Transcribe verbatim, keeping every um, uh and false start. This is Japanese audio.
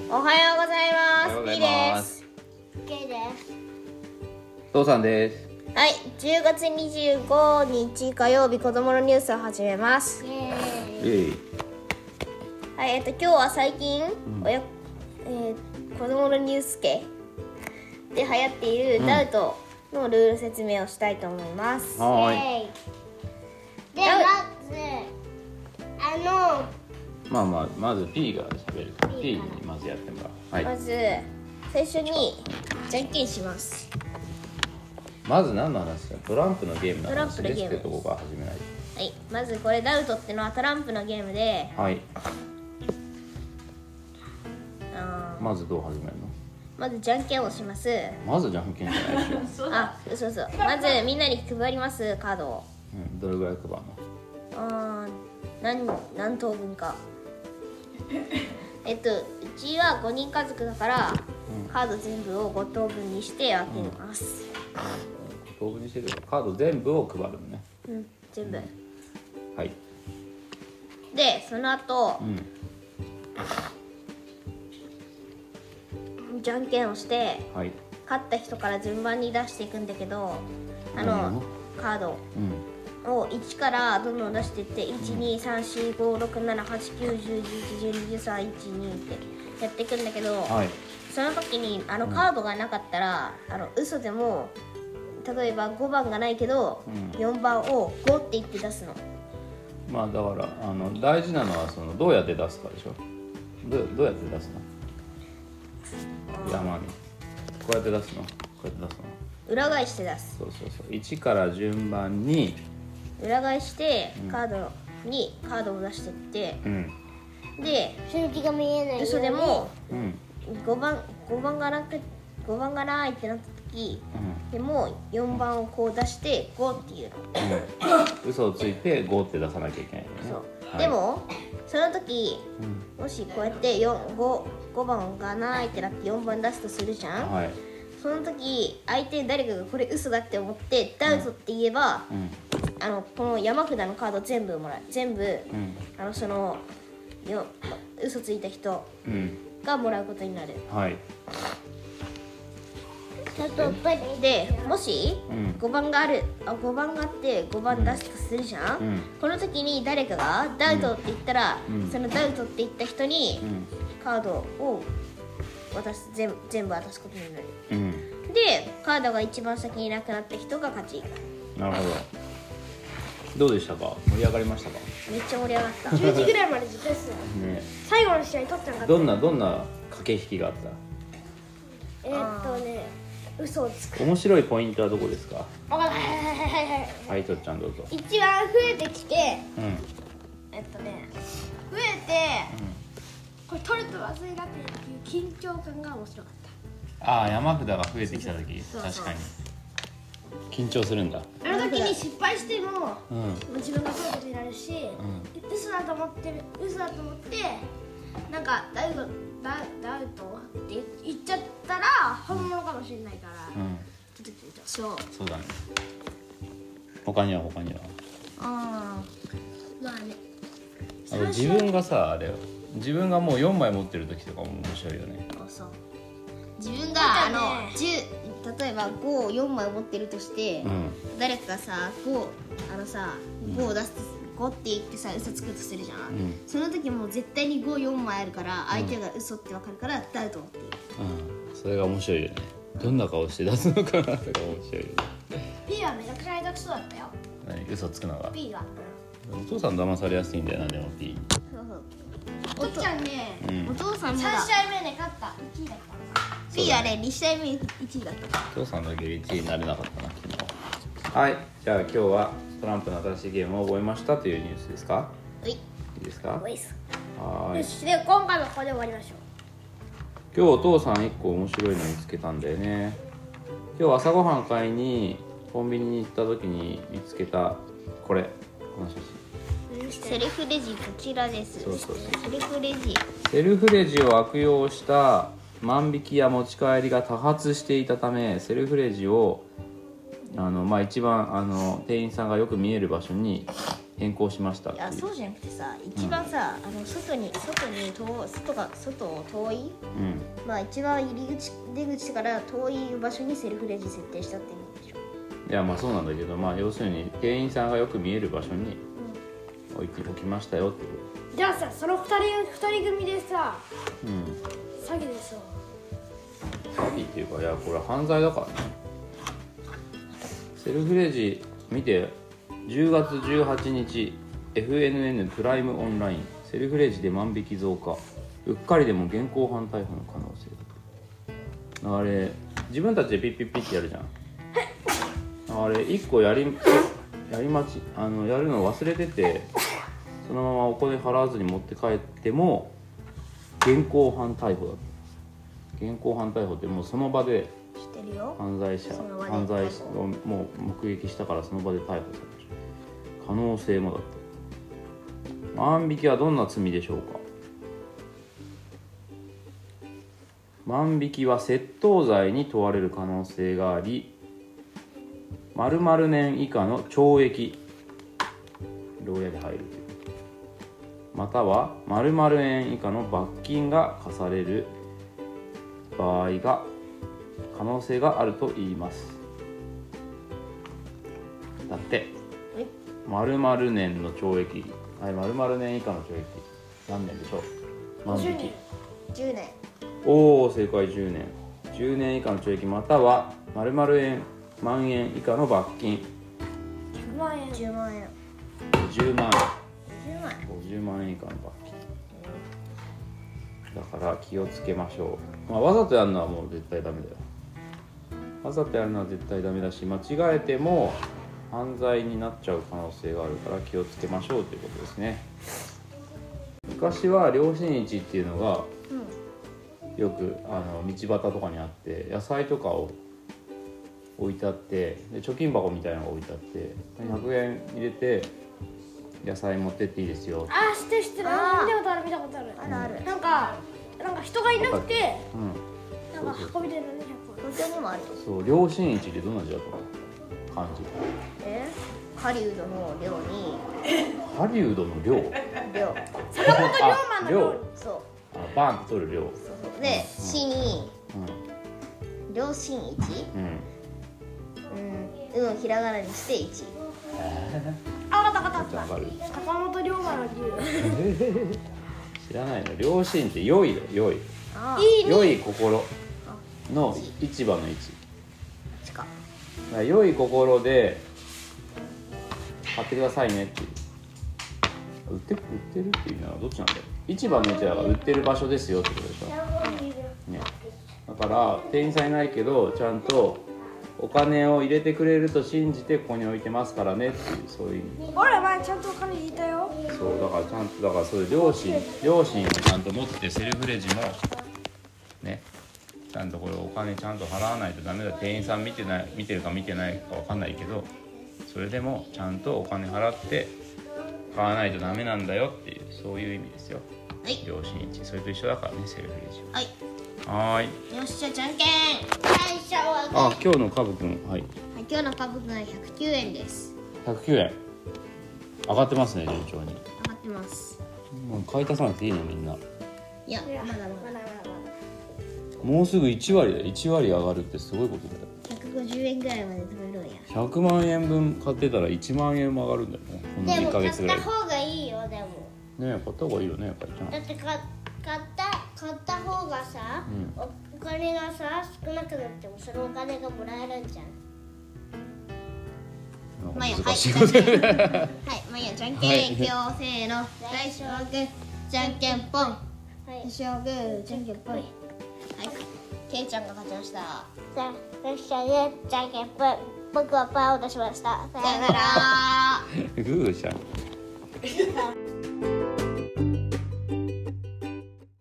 おはようございます。 おはようございます。 ケイです。 父さんです。 はい、じゅうがつにじゅうごにち火曜日、子供のニュースを始めます。 イエーイ。 えい。 はい、えっと今日は最近、 うんおやえー、子供のニュース系で流行っているダウトのルール説明をしたいと思います。 はーい。 イエーイ。で、まずあまあまあまず P が喋るから P P からにまずやってもらう。はい。 まず最初にじゃんけんします。 まず何の話だ。トランプのゲームのトラン話ですプのゲームってとこから始めない。 はい、まずこれダウトってのはトランプのゲームで、 はい。 あーまずどう始めるの？ まずじゃんけんをします。 まずじゃんけんじゃないでしょ。 あ、そうそう。まずみんなに配りますカードを。 うん、どれぐらい配るの？ あー何何等分か。えっとうちはごにん家族だから、 うんカード全部をご等分にして分けます。 等分にしてるからカード全部を配るのね。 うん、全部。 はい。 でその後う、ん。 じゃんけんをしてはい。 勝った人から順番に出していくんだけど、あの何をカードうん。 をいちからどんどん出していって、いち、に、さん、よん、ご、ろく、なな、はち、きゅう、じゅう、じゅういち、じゅうに、じゅうさん、いち、にってやっていくんだけど、 はい。 その時にあのカードがなかったら、あの嘘でも例えばごばんがないけど、 うんよんばんをごって言って出すの。 まあだからあの大事なのはそのどうやって出すかでしょ。どうどうやって出すの？山にこうやって出すの？こうやって出すの？ 裏返して出す。 そうそうそう。いちから順番に、 裏返してうんカードにカードを出してってうんで数字が見えないように。 嘘でもうんごばんごばんがなくごばんがないってなった時うんでもよんばんをこう出してごっていうの。 うん、嘘をついてごって出さなきゃいけないよね。 そう、 はい、 でもその時うん、 もしこうやってごばんがないってなってよんばん出すとするじゃん、 はい、 その時相手誰かがこれ嘘だって思ってダウトって言えば、 うんあのこの山札のカード全部もらう。全部、 うんあのそのよ嘘ついた人うんがもらうことになる。 はい、 あとバリでもし、 うんごばんがあるあごばんがあってごばん出すとするじゃん、 うんこの時に誰かがダウトって言ったら、 うんそのダウトって言った人にうんカードを渡す全部全部渡すことになる。 うんでカードが一番先になくなった人が勝ち。 なるほど。どうでしたか？盛り上がりましたか？ めっちゃ盛り上がった。 じゅうじぐらいまでずっとですよ。 ね、 最後の試合取ってなかった。 どんなどんな駆け引きがあっえーっとね、嘘をつく。 た？面白いポイントはどこですか？ わかんない。はいはいはいはいはい、とっちゃんどうぞ。 一番増えてきて、 うんうんえっとね、増えて、これ取ると忘れなっていう緊張感が面白かっああ、山札が増えてきた時、 そうそう確かに緊張するんだ。 た。あの時に失敗しても、 うん自分がそういうことになるし、嘘だと思ってる、嘘だと思って、なんかダウトダダウトって言っちゃったら本物かもしれないから、 うん、 ちょっと緊張。 そう。 そうだね。他には他にはあまあね。 あの自分がさ、あれ自分がもうよんまい持ってる時とかも面白いよね。 あ、そう。自分があなんかねのじゅう例えばごをよんまい持ってるとして、 うん誰かがさごあのさごを出すとごって言ってさ嘘つくとするじゃん、 うんその時もう絶対にごよんまいあるから相手が嘘って分かるからダウトっていう。 うん、それが面白いよね。どんな顔して出すのかなとか面白いよね。 P はめちゃくちゃ下手くそだったよ。 何嘘つくのが。 P が。 お父さん騙されやすいんだよな、でも P。 そうそう。 とっちゃんね、 うんお父さんまさんだ試合目で勝った。いちいだったの。 P あれに試合目いちいだった。 お父さんだけいちいになれなかったな、昨日。はい、じゃあ今日はトランプの新しいゲームを覚えましたというニュースですか？ はい。 いいですか？ おいっす。 はーい。 よし、で今回はここで終わりましょ今日お父さんいっこ面白いの見つけたんだよね。今日朝ごはん買いにコンビニに行った時に見つけたこれ、この写真。 セルフレジこちらです。 そうそうそうセルフレジ。 セルフレジを悪用した万引きや持ち帰りが多発していたため、セルフレジをあの、まあ、一番あの店員さんがよく見える場所に変更しましたっいていう。 やそうじゃなくてさ、一番さ、あの外に外に遠外が外を遠い、 うんまあ一番入り口出口から遠い場所にセルフレジ設定したって意味でしょ。 いやまあそうなんだけど、まあ要するに店員さんがよく見える場所に置いておきましたよってこじゃあさ、その二人二人組でさ、 と。うん詐欺でしょ。 詐欺っていうか、いやこれは犯罪だからね。セルフレジ見て、じゅうがつじゅうはちにち エフエヌエヌ プライムオンラインセルフレジで万引き増加、うっかりでも現行犯逮捕の可能性だと。あれ自分たちでピッピッピッってやるじゃん。あれいっこやりやりまちあのやるの忘れてて、そのままお金払わずに持って帰っても現行犯逮捕だと。現行犯逮捕ってもうその場で知ってるよ。 犯罪者その場で犯罪逮捕をもう目撃したからその場で逮捕される可能性もだった。万引きはどんな罪でしょうか。万引きは窃盗罪に問われる可能性があり、〇〇年以下の懲役、牢屋で入るという、または〇〇円以下の罰金が課される場合が可能性があると言います。だって〇〇年の懲役、はい、〇〇年以下の懲役何年でしょう。万引きじゅうねん。 おお正解。じゅうねんじゅうねん以下の懲役、または〇〇円万円以下の罰金。 じゅうまんえん。 じゅうまんえん。 ごじゅうまんじゅうまんえん。 ごじゅうまん円以下の罰金だから気をつけましょう。まあ、わざとやるのはもう絶対ダメだよ。わざとやるのは絶対ダメだし、間違えても犯罪になっちゃう可能性があるから気をつけましょうということですね。昔は良心市っていうのがよくあの道端とかにあって、野菜とかを置いてあって、で貯金箱みたいなのが置いてあって、ひゃくえん入れて野菜持ってっていいですよ。 あー、知ってる知ってる。 あー見たことある見たことある。 あるある。 なんかなんか人がいなくて、 うん、 なんか運び出るね。 東京にもあるよ。 そう良心市ってどんな字だと思う。漢字。 え狩人の寮に狩人の寮。 寮。 坂本龍馬の寮料理。 そうあバーンって取る寮。 そうそう。で、市にうん良心一、 うん。 うん、うん、ひらがなにして一。 あ、わかったわかわったわかっかる。 た。坂本龍馬の竜。 知らないの。良心って良いよ良い。 ああ、 いい良い心の市場の市。 一か。 だから良い心で買ってくださいねっていう。売って売ってるっていうのはどっちなんだろう。市場の市場が売ってる場所ですよってことでしょ。ね。だから店員さんいないけどちゃんとお金を入れてくれると信じてここに置いてますからねっていう、そういう意味。 俺前ちゃんとお金入れたよ。 そうだからちゃんとだからそういう良心良心をちゃんと持ってセルフレジもね、ちゃんとこれお金ちゃんと払わないとダメだ。店員さん見てない見てるか見てないかわかんないけど、それでもちゃんとお金払って買わないとダメなんだよっていう、そういう意味ですよ。 はい良心一致、それと一緒だからね、セルフレジはい。 は。はーい。 よっしゃ、じゃんけん。 最初はあ、今日のカブくん、はい、 はい、今日のパブ君はひゃくきゅうえんです。 ひゃくきゅうえん上がってますね、順調に。 上がってます。 もう買い足さなくていいのみんな。 いや、まだまだ。 まだまだまだ。 もうすぐいち割だよ。いち割上がるってすごいことだよ。 ひゃくごじゅうえんぐらいまで取れるんや。 ひゃくまんえんぶん買ってたらいちまんえんも上がるんだよね、この1 でも買っヶ月ぐらいた方がいいよ。でもねえ、買った方がいいよね、やっぱりちゃんだってか買った買った方がさ、 うんおお金がさ少なくなってもそのお金がもらえるんじゃん。 まあいいや、はい、 難しいじゃんけん。はい、まあいいや、じゃんけん、 はいいくよ、せーの。大将軍、じゃんけんぽん。 はい大将軍、じゃんけんぽん。はい、けいちゃんが勝ちました。 さあ、よっしゃね、じゃんけんぽん。僕はパーを出しました。さよなら。 さよなら。 グーじゃん。